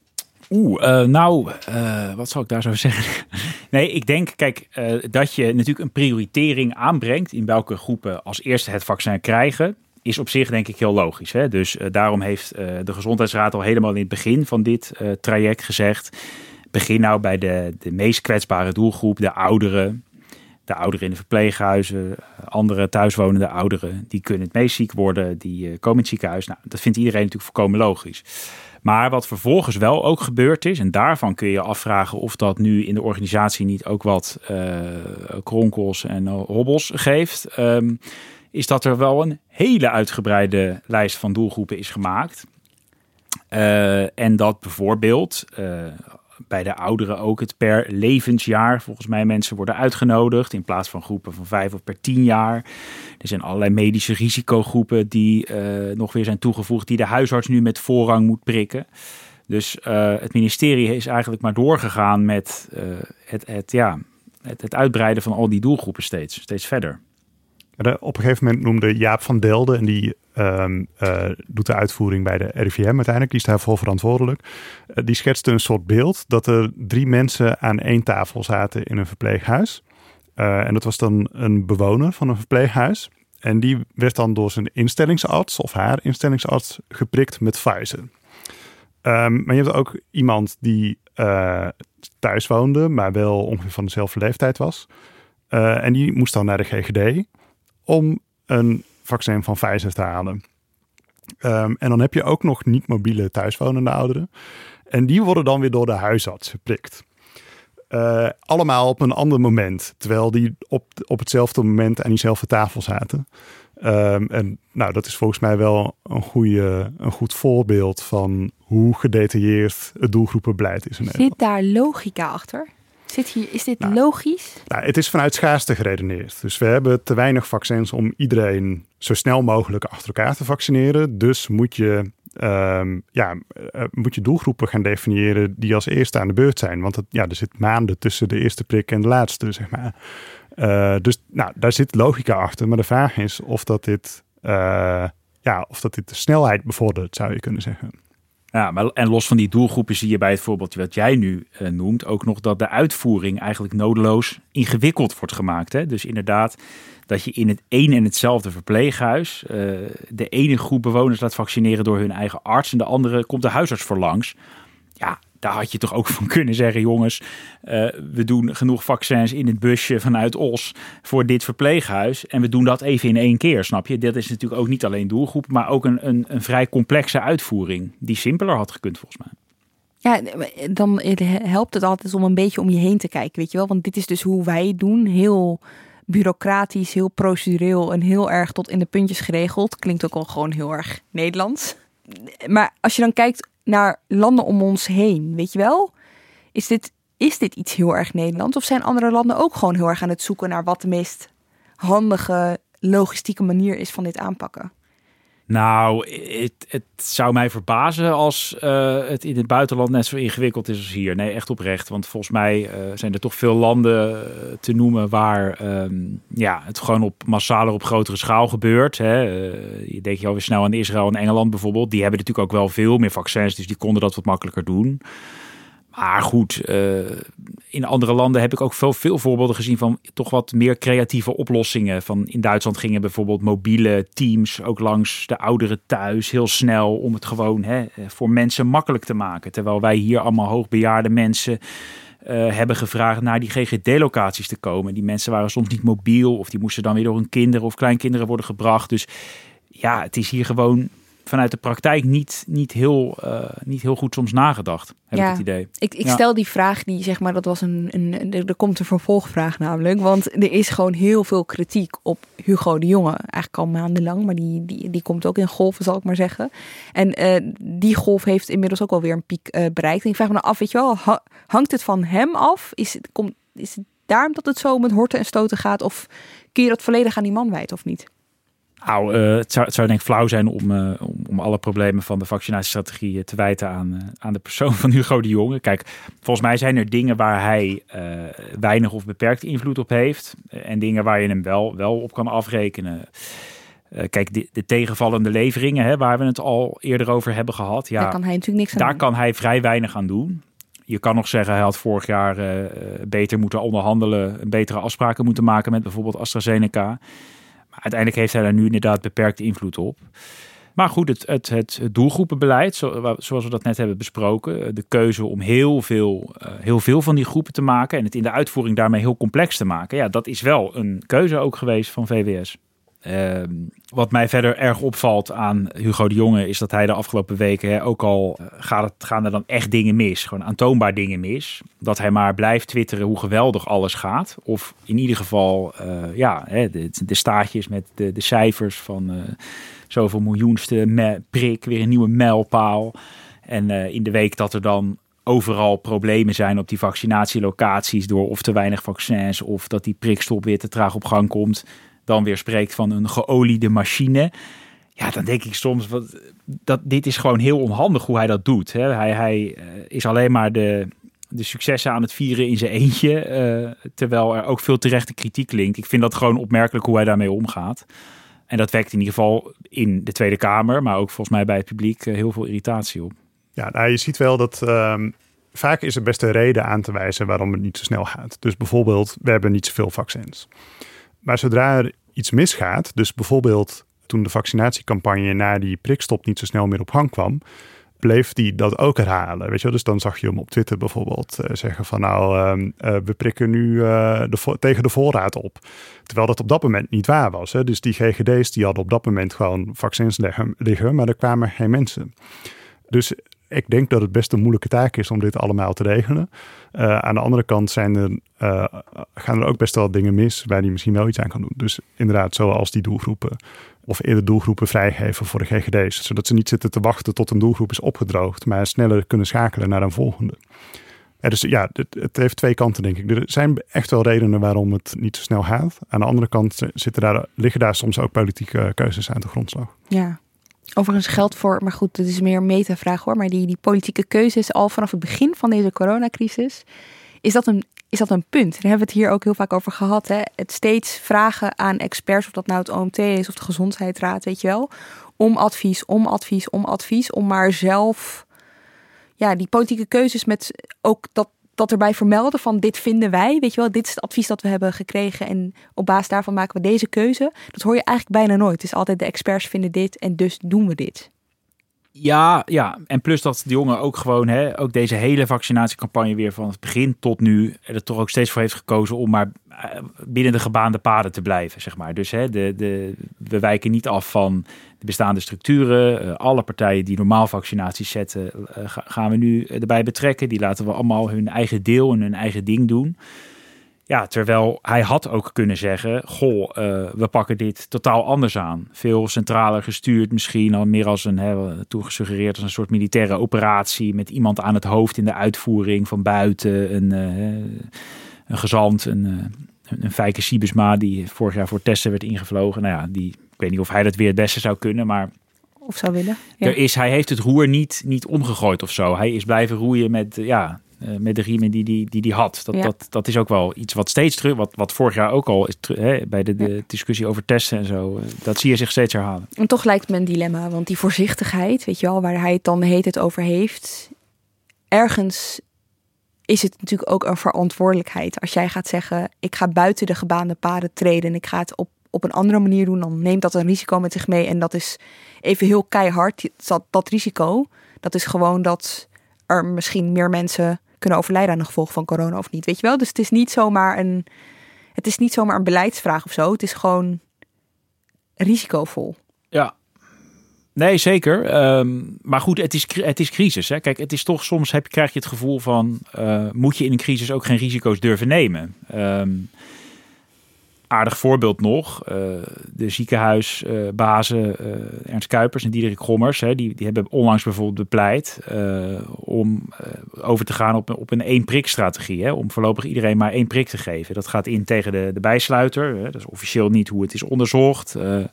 Wat zal ik daar zo zeggen? Nee, ik denk, dat je natuurlijk een prioritering aanbrengt in welke groepen als eerste het vaccin krijgen, is op zich denk ik heel logisch. Hè? Dus daarom heeft de Gezondheidsraad al helemaal in het begin van dit traject gezegd, begin nou bij de meest kwetsbare doelgroep, de ouderen. De ouderen in de verpleeghuizen, andere thuiswonende ouderen, die kunnen het meest ziek worden, die komen in het ziekenhuis. Nou, dat vindt iedereen natuurlijk volkomen logisch. Maar wat vervolgens wel ook gebeurd is, en daarvan kun je afvragen of dat nu in de organisatie niet ook wat kronkels en hobbels geeft, is dat er wel een hele uitgebreide lijst van doelgroepen is gemaakt. En dat bijvoorbeeld bij de ouderen ook het per levensjaar volgens mij mensen worden uitgenodigd in plaats van groepen van 5 of per 10 jaar. Er zijn allerlei medische risicogroepen die nog weer zijn toegevoegd, die de huisarts nu met voorrang moet prikken. Dus het ministerie is eigenlijk maar doorgegaan met het uitbreiden van al die doelgroepen steeds verder. Op een gegeven moment noemde Jaap van Delden, en die doet de uitvoering bij de RIVM uiteindelijk, die is daarvoor verantwoordelijk. Die schetste een soort beeld dat er 3 mensen aan 1 tafel zaten in een verpleeghuis. En dat was dan een bewoner van een verpleeghuis. En die werd dan door zijn instellingsarts of haar instellingsarts geprikt met Pfizer. Maar je hebt ook iemand die thuis woonde, maar wel ongeveer van dezelfde leeftijd was. En die moest dan naar de GGD om een vaccin van Pfizer te halen. En dan heb je ook nog niet-mobiele thuiswonende ouderen. En die worden dan weer door de huisarts geprikt. Allemaal op een ander moment. Terwijl die op hetzelfde moment aan diezelfde tafel zaten. En nou, dat is volgens mij wel een goed voorbeeld van hoe gedetailleerd het doelgroepenbeleid is in Nederland. Zit daar logica achter? Is dit logisch? Nou, het is vanuit schaarste geredeneerd. Dus we hebben te weinig vaccins om iedereen zo snel mogelijk achter elkaar te vaccineren. Dus moet je doelgroepen gaan definiëren die als eerste aan de beurt zijn. Want er zit maanden tussen de eerste prik en de laatste, zeg maar. Dus daar zit logica achter. Maar de vraag is of dat dit de snelheid bevordert, zou je kunnen zeggen. Ja, en los van die doelgroepen zie je bij het voorbeeldje wat jij nu noemt ook nog dat de uitvoering eigenlijk nodeloos ingewikkeld wordt gemaakt. Hè? Dus inderdaad dat je in het een en hetzelfde verpleeghuis de ene groep bewoners laat vaccineren door hun eigen arts en de andere komt de huisarts voor langs. Ja, daar had je toch ook van kunnen zeggen, jongens, we doen genoeg vaccins in het busje vanuit Os voor dit verpleeghuis. En we doen dat even in 1 keer, snap je? Dat is natuurlijk ook niet alleen doelgroep, maar ook een vrij complexe uitvoering die simpeler had gekund volgens mij. Ja, dan helpt het altijd om een beetje om je heen te kijken, weet je wel? Want dit is dus hoe wij het doen. Heel bureaucratisch, heel procedureel en heel erg tot in de puntjes geregeld. Klinkt ook al gewoon heel erg Nederlands. Maar als je dan kijkt naar landen om ons heen, weet je wel? Is dit iets heel erg Nederlands? Of zijn andere landen ook gewoon heel erg aan het zoeken naar wat de meest handige, logistieke manier is van dit aanpakken? Nou, het zou mij verbazen als het in het buitenland net zo ingewikkeld is als hier. Nee, echt oprecht. Want volgens mij zijn er toch veel landen te noemen waar het gewoon massaler op grotere schaal gebeurt. Hè. Je denkt je alweer snel aan Israël en Engeland bijvoorbeeld. Die hebben natuurlijk ook wel veel meer vaccins, dus die konden dat wat makkelijker doen. Maar goed, in andere landen heb ik ook veel voorbeelden gezien van toch wat meer creatieve oplossingen. In Duitsland gingen bijvoorbeeld mobiele teams ook langs de ouderen thuis heel snel om het gewoon voor mensen makkelijk te maken. Terwijl wij hier allemaal hoogbejaarde mensen hebben gevraagd naar die GGD-locaties te komen. Die mensen waren soms niet mobiel of die moesten dan weer door hun kinderen of kleinkinderen worden gebracht. Dus het is hier gewoon vanuit de praktijk niet heel goed soms nagedacht, heb ik het idee. Ik stel die vraag, zeg maar, dat was er komt een vervolgvraag namelijk. Want er is gewoon heel veel kritiek op Hugo de Jonge. Eigenlijk al maandenlang, maar die komt ook in golven, zal ik maar zeggen. En die golf heeft inmiddels ook alweer een piek bereikt. En ik vraag me nou af, weet je wel, hangt het van hem af? Is het daarom dat het zo met horten en stoten gaat? Of kun je dat volledig aan die man wijten of niet? Nou, het zou denk ik flauw zijn om alle problemen van de vaccinatiestrategie te wijten aan de persoon van Hugo de Jonge. Kijk, volgens mij zijn er dingen waar hij weinig of beperkt invloed op heeft. En dingen waar je hem wel op kan afrekenen. Kijk, de tegenvallende leveringen, waar we het al eerder over hebben gehad. Ja, daar kan hij natuurlijk niks aan doen. Daar kan hij vrij weinig aan doen. Je kan nog zeggen, hij had vorig jaar beter moeten onderhandelen. Betere afspraken moeten maken met bijvoorbeeld AstraZeneca. Uiteindelijk heeft hij daar nu inderdaad beperkte invloed op. Maar goed, het doelgroepenbeleid, zoals we dat net hebben besproken. De keuze om heel veel van die groepen te maken. En het in de uitvoering daarmee heel complex te maken. Ja, dat is wel een keuze ook geweest van VWS. Wat mij verder erg opvalt aan Hugo de Jonge is dat hij de afgelopen weken ook al gaan er dan echt dingen mis. Gewoon aantoonbaar dingen mis. Dat hij maar blijft twitteren hoe geweldig alles gaat. Of in ieder geval de staatjes met de cijfers van zoveel miljoenste prik. Weer een nieuwe mijlpaal. En in de week dat er dan overal problemen zijn op die vaccinatielocaties door of te weinig vaccins of dat die prikstop weer te traag op gang komt, dan weer spreekt van een geoliede machine. Ja, dan denk ik soms, dit is gewoon heel onhandig hoe hij dat doet. Hè. Hij is alleen maar de successen aan het vieren in zijn eentje, terwijl er ook veel terechte kritiek linkt. Ik vind dat gewoon opmerkelijk hoe hij daarmee omgaat. En dat wekt in ieder geval in de Tweede Kamer, maar ook volgens mij bij het publiek heel veel irritatie op. Ja, nou, je ziet wel dat vaak is er best een reden aan te wijzen waarom het niet zo snel gaat. Dus bijvoorbeeld, we hebben niet zoveel vaccins. Maar zodra er iets misgaat, dus bijvoorbeeld toen de vaccinatiecampagne na die prikstop niet zo snel meer op gang kwam, bleef die dat ook herhalen. Weet je wel? Dus dan zag je hem op Twitter bijvoorbeeld zeggen van we prikken nu tegen de voorraad op. Terwijl dat op dat moment niet waar was. Hè? Dus die GGD's die hadden op dat moment gewoon vaccins liggen, maar er kwamen geen mensen. Dus ik denk dat het best een moeilijke taak is om dit allemaal te regelen. Aan de andere kant gaan er ook best wel dingen mis waar hij misschien wel iets aan kan doen. Dus inderdaad, zoals die doelgroepen of eerder doelgroepen vrijgeven voor de GGD's. Zodat ze niet zitten te wachten tot een doelgroep is opgedroogd, maar sneller kunnen schakelen naar een volgende. Dus ja, het heeft twee kanten, denk ik. Er zijn echt wel redenen waarom het niet zo snel gaat. Aan de andere kant liggen daar soms ook politieke keuzes aan de grondslag. Ja. Overigens geldt voor, maar goed, het is meer een metavraag hoor, maar die politieke keuzes al vanaf het begin van deze coronacrisis, is dat een punt? Daar hebben we het hier ook heel vaak over gehad. Hè? Het steeds vragen aan experts, of dat nou het OMT is of de Gezondheidsraad, weet je wel, om advies, om maar zelf die politieke keuzes met ook dat erbij vermelden van dit vinden wij, weet je wel, dit is het advies dat we hebben gekregen en op basis daarvan maken we deze keuze. Dat hoor je eigenlijk bijna nooit. Het is altijd de experts vinden dit en dus doen we dit. Ja, en plus dat de jongen ook gewoon, ook deze hele vaccinatiecampagne weer van het begin tot nu er toch ook steeds voor heeft gekozen om maar binnen de gebaande paden te blijven, zeg maar. Dus we wijken niet af van de bestaande structuren. Alle partijen die normaal vaccinaties zetten, gaan we nu erbij betrekken. Die laten we allemaal hun eigen deel en hun eigen ding doen. Ja, terwijl hij had ook kunnen zeggen, we pakken dit totaal anders aan. Veel centraler gestuurd, misschien al meer als toegesuggereerd als een soort militaire operatie met iemand aan het hoofd in de uitvoering van buiten. Een gezant, een Fijke Siebesma die vorig jaar voor testen werd ingevlogen. Nou ja, ik weet niet of hij dat weer het beste zou kunnen, maar of zou willen. Ja. Hij heeft het roer niet omgegooid of zo. Hij is blijven roeien met de riemen die had. Dat is ook wel iets wat steeds terug, wat vorig jaar ook al is bij de discussie over testen en zo. Dat zie je zich steeds herhalen. En toch lijkt me een dilemma, want die voorzichtigheid, weet je wel, waar hij het dan de hele tijd over heeft, ergens is het natuurlijk ook een verantwoordelijkheid. Als jij gaat zeggen, ik ga buiten de gebaande paden treden en ik ga het op een andere manier doen, dan neemt dat een risico met zich mee. En dat is even heel keihard. Dat risico, dat is gewoon dat er misschien meer mensen kunnen overlijden aan de gevolgen van corona of niet. Weet je wel? Dus het is niet zomaar een beleidsvraag of zo. Het is gewoon risicovol. Ja, Nee, zeker. Maar goed, het is crisis. Hè? Kijk, het is toch soms krijg je het gevoel van... moet je in een crisis ook geen risico's durven nemen? Aardig voorbeeld nog. De ziekenhuisbazen Ernst Kuipers en Diederik Gommers... die hebben onlangs bijvoorbeeld bepleit... om over te gaan op een 1-prik-strategie. Hè? Om voorlopig iedereen maar 1 prik te geven. Dat gaat in tegen de bijsluiter. Dat is officieel niet hoe het is onderzocht...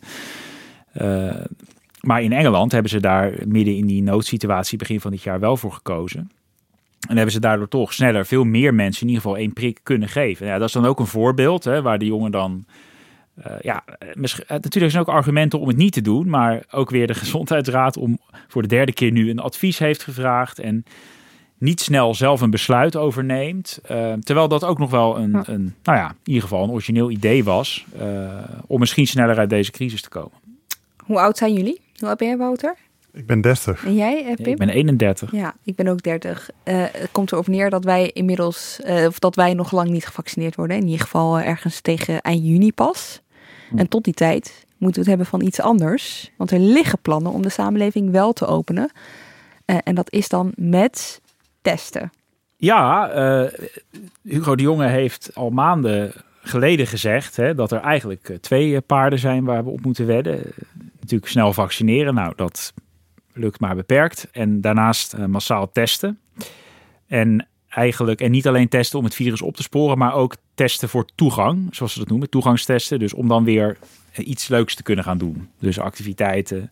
maar in Engeland hebben ze daar midden in die noodsituatie begin van dit jaar wel voor gekozen. En hebben ze daardoor toch sneller veel meer mensen in ieder geval 1 prik kunnen geven. Ja, dat is dan ook een voorbeeld waar de jongen dan... natuurlijk zijn ook argumenten om het niet te doen. Maar ook weer de Gezondheidsraad om voor de 3e keer nu een advies heeft gevraagd. En niet snel zelf een besluit overneemt. Terwijl dat ook nog wel in ieder geval een origineel idee was. Om misschien sneller uit deze crisis te komen. Hoe oud zijn jullie? Hoe oud ben jij, Wouter? Ik ben 30. En jij, Pim? Ik ben 31. Ja, ik ben ook 30. Het komt erop neer dat wij inmiddels... dat wij nog lang niet gevaccineerd worden. In ieder geval ergens tegen eind juni pas. En tot die tijd moeten we het hebben van iets anders. Want er liggen plannen om de samenleving wel te openen. En dat is dan met testen. Ja, Hugo de Jonge heeft al maanden geleden gezegd... dat er eigenlijk 2 paarden zijn waar we op moeten wedden. Natuurlijk snel vaccineren. Nou, dat lukt maar beperkt. En daarnaast massaal testen. En niet alleen testen om het virus op te sporen... maar ook testen voor toegang, zoals ze dat noemen. Toegangstesten, dus om dan weer iets leuks te kunnen gaan doen. Dus activiteiten,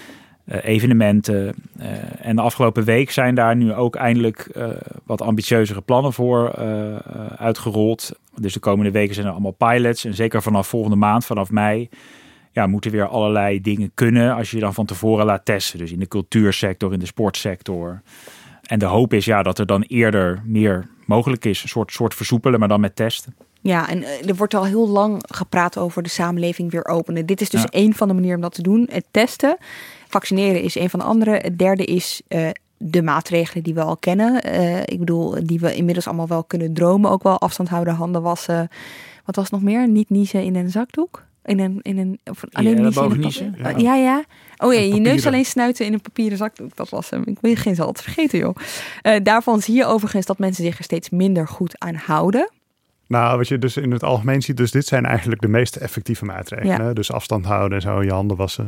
evenementen. En de afgelopen week zijn daar nu ook eindelijk wat ambitieuzere plannen voor uitgerold. Dus de komende weken zijn er allemaal pilots. En zeker vanaf volgende maand, vanaf mei... moeten weer allerlei dingen kunnen als je dan van tevoren laat testen. Dus in de cultuursector, in de sportsector. En de hoop is dat er dan eerder meer mogelijk is. Een soort versoepelen, maar dan met testen. Ja, en er wordt al heel lang gepraat over de samenleving weer openen. Dit is dus één van de manieren om dat te doen. Het testen. Vaccineren is een van de andere. Het derde is de maatregelen die we al kennen. Die we inmiddels allemaal wel kunnen dromen. Ook wel afstand houden, handen wassen. Wat was nog meer? Niet niezen in een zakdoek? Alleen niezen? Ja. Oh ja, je neus alleen snuiten in een papieren zakdoek. Dat was hem. Ik ben geen zal het vergeten, joh. Daarvan zie je overigens dat mensen zich er steeds minder goed aan houden. Nou, wat je dus in het algemeen ziet, dus dit zijn eigenlijk de meest effectieve maatregelen. Ja. Dus afstand houden en zo, je handen wassen.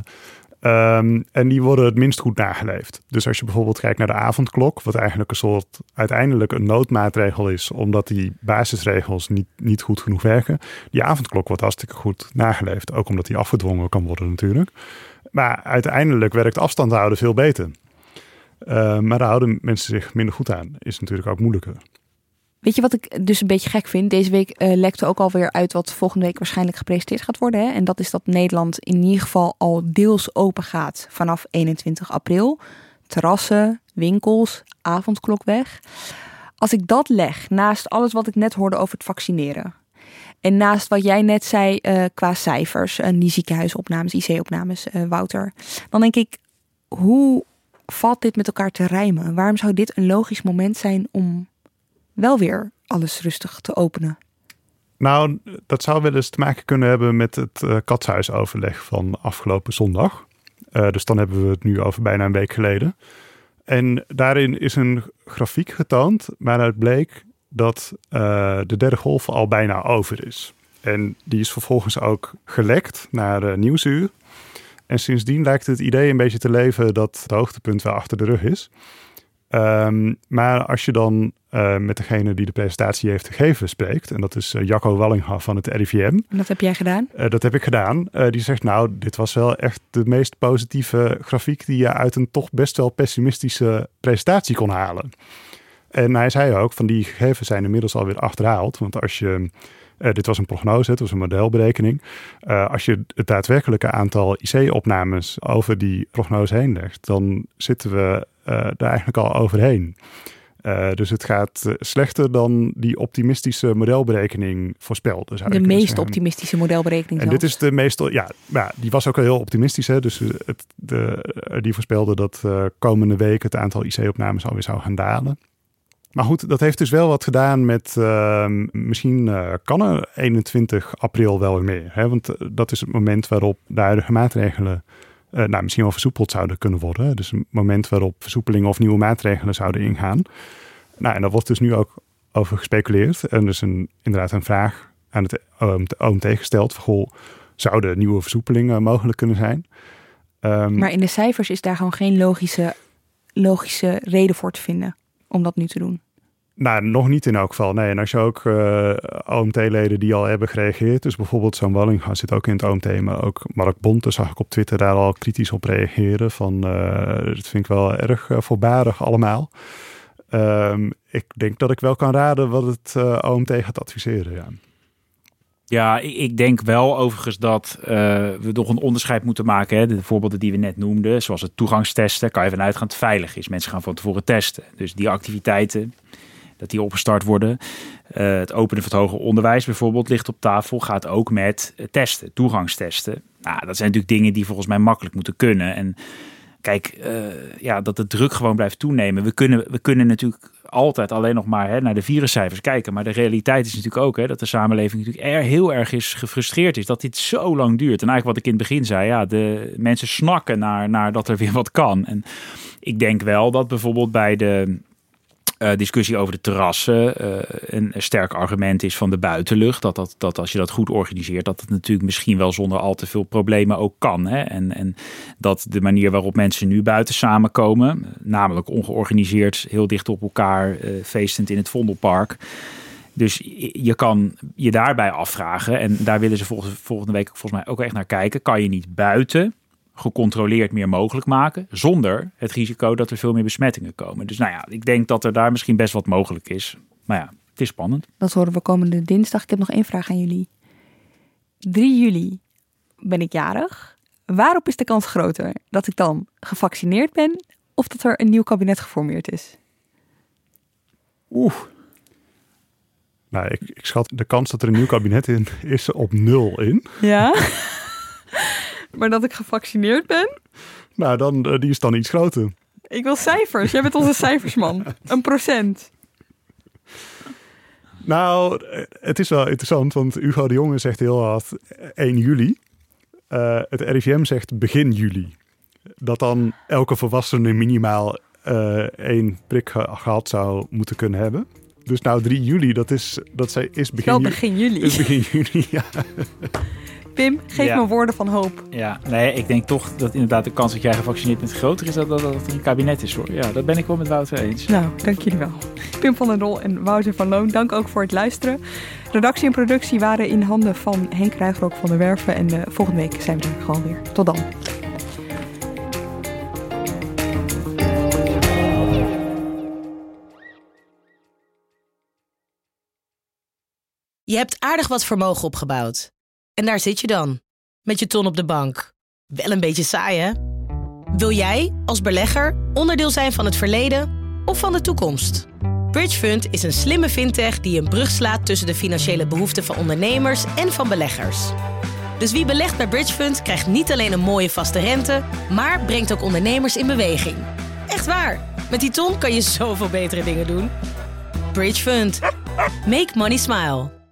En die worden het minst goed nageleefd. Dus als je bijvoorbeeld kijkt naar de avondklok, wat eigenlijk uiteindelijk een noodmaatregel is, omdat die basisregels niet goed genoeg werken. Die avondklok wordt hartstikke goed nageleefd, ook omdat die afgedwongen kan worden natuurlijk. Maar uiteindelijk werkt afstand houden veel beter. Maar daar houden mensen zich minder goed aan. Is natuurlijk ook moeilijker. Weet je wat ik dus een beetje gek vind? Deze week lekte ook alweer uit wat volgende week waarschijnlijk gepresenteerd gaat worden. Hè? En dat is dat Nederland in ieder geval al deels open gaat vanaf 21 april. Terrassen, winkels, avondklok weg. Als ik dat leg naast alles wat ik net hoorde over het vaccineren. En naast wat jij net zei qua cijfers, die ziekenhuisopnames, IC-opnames, Wouter. Dan denk ik, hoe valt dit met elkaar te rijmen? Waarom zou dit een logisch moment zijn om wel weer alles rustig te openen? Nou, dat zou wel eens te maken kunnen hebben met het katshuisoverleg van afgelopen zondag. Dus dan hebben we het nu over bijna een week geleden. En daarin is een grafiek getoond waaruit bleek dat de derde golf al bijna over is. En die is vervolgens ook gelekt naar Nieuwsuur. En sindsdien lijkt het idee een beetje te leven dat het hoogtepunt wel achter de rug is. Maar als je dan met degene die de presentatie heeft gegeven spreekt, en dat is Jacco Wallinga van het RIVM. En dat heb jij gedaan? Dat heb ik gedaan. Die zegt, nou, dit was wel echt de meest positieve grafiek die je uit een toch best wel pessimistische presentatie kon halen. En hij zei ook, van die gegevens zijn inmiddels alweer achterhaald. Want als je, dit was een prognose, het was een modelberekening. Als je het daadwerkelijke aantal IC-opnames over die prognose heen legt, dan zitten we daar eigenlijk al overheen. Dus het gaat slechter dan die optimistische modelberekening voorspelde. De meest optimistische modelberekening en zelfs. Dit is de meest, ja, die was ook wel heel optimistisch. Hè? Dus die voorspelde dat komende week het aantal IC-opnames alweer zou gaan dalen. Maar goed, dat heeft dus wel wat gedaan met, misschien kan er 21 april wel weer meer. Hè? Want dat is het moment waarop de huidige maatregelen misschien wel versoepeld zouden kunnen worden. Dus een moment waarop versoepelingen of nieuwe maatregelen zouden ingaan. En daar wordt dus nu ook over gespeculeerd. En dus inderdaad een vraag aan het OMT gesteld. Zouden nieuwe versoepelingen mogelijk kunnen zijn? Maar in de cijfers is daar gewoon geen logische reden voor te vinden om dat nu te doen. Nog niet in elk geval. Nee, en als je ook OMT-leden die al hebben gereageerd, dus bijvoorbeeld Zoon Wallinga zit ook in het OMT, maar ook Mark Bonte zag ik op Twitter daar al kritisch op reageren. Dat vind ik wel erg voorbarig allemaal. Ik denk dat ik wel kan raden wat het OMT gaat adviseren, ja. Ja, ik denk wel overigens dat we nog een onderscheid moeten maken. Hè. De voorbeelden die we net noemden, zoals het toegangstesten, kan je vanuit gaan dat het veilig is. Mensen gaan van tevoren testen. Dus die activiteiten, dat die opgestart worden. Het openen van het hoger onderwijs bijvoorbeeld ligt op tafel. Gaat ook met testen, toegangstesten. Dat zijn natuurlijk dingen die volgens mij makkelijk moeten kunnen. En kijk, dat de druk gewoon blijft toenemen. We kunnen natuurlijk altijd alleen nog maar naar de viruscijfers kijken. Maar de realiteit is natuurlijk ook dat de samenleving natuurlijk heel erg gefrustreerd is dat dit zo lang duurt. En eigenlijk wat ik in het begin zei, de mensen snakken naar dat er weer wat kan. En ik denk wel dat bijvoorbeeld bij de discussie over de terrassen een sterk argument is van de buitenlucht. Dat als je dat goed organiseert, dat het natuurlijk misschien wel zonder al te veel problemen ook kan. Hè? En dat de manier waarop mensen nu buiten samenkomen, namelijk ongeorganiseerd, heel dicht op elkaar, feestend in het Vondelpark. Dus je kan je daarbij afvragen, en daar willen ze volgende week volgens mij ook echt naar kijken. Kan je niet buiten gecontroleerd meer mogelijk maken, zonder het risico dat er veel meer besmettingen komen. Dus ik denk dat er daar misschien best wat mogelijk is. Maar het is spannend. Dat horen we komende dinsdag. Ik heb nog 1 vraag aan jullie. 3 juli ben ik jarig. Waarop is de kans groter? Dat ik dan gevaccineerd ben of dat er een nieuw kabinet geformeerd is? Ik schat de kans dat er een nieuw kabinet in is op 0 in. Ja? Maar dat ik gevaccineerd ben? Die is dan iets groter. Ik wil cijfers. Jij bent onze cijfersman. 1%. Het is wel interessant, want Hugo de Jonge zegt heel hard 1 juli. Het RIVM zegt begin juli. Dat dan elke volwassene minimaal 1 prik gehad zou moeten kunnen hebben. Dus 3 juli, dat is begin juli. Is begin juli, ja. Pim, geef me woorden van hoop. Ja, ik denk toch dat inderdaad de kans dat jij gevaccineerd bent groter is dat er een kabinet is, hoor. Ja, dat ben ik wel met Wouter eens. Dank jullie wel. Pim van den Rol en Wouter van Loon, dank ook voor het luisteren. Redactie en productie waren in handen van Henk Ruigrok van der Werven. En volgende week zijn we er gewoon weer. Tot dan. Je hebt aardig wat vermogen opgebouwd. En daar zit je dan, met je ton op de bank. Wel een beetje saai, hè? Wil jij, als belegger, onderdeel zijn van het verleden of van de toekomst? Bridgefund is een slimme fintech die een brug slaat tussen de financiële behoeften van ondernemers en van beleggers. Dus wie belegt bij Bridgefund krijgt niet alleen een mooie vaste rente, maar brengt ook ondernemers in beweging. Echt waar, met die ton kan je zoveel betere dingen doen. Bridgefund. Make money smile.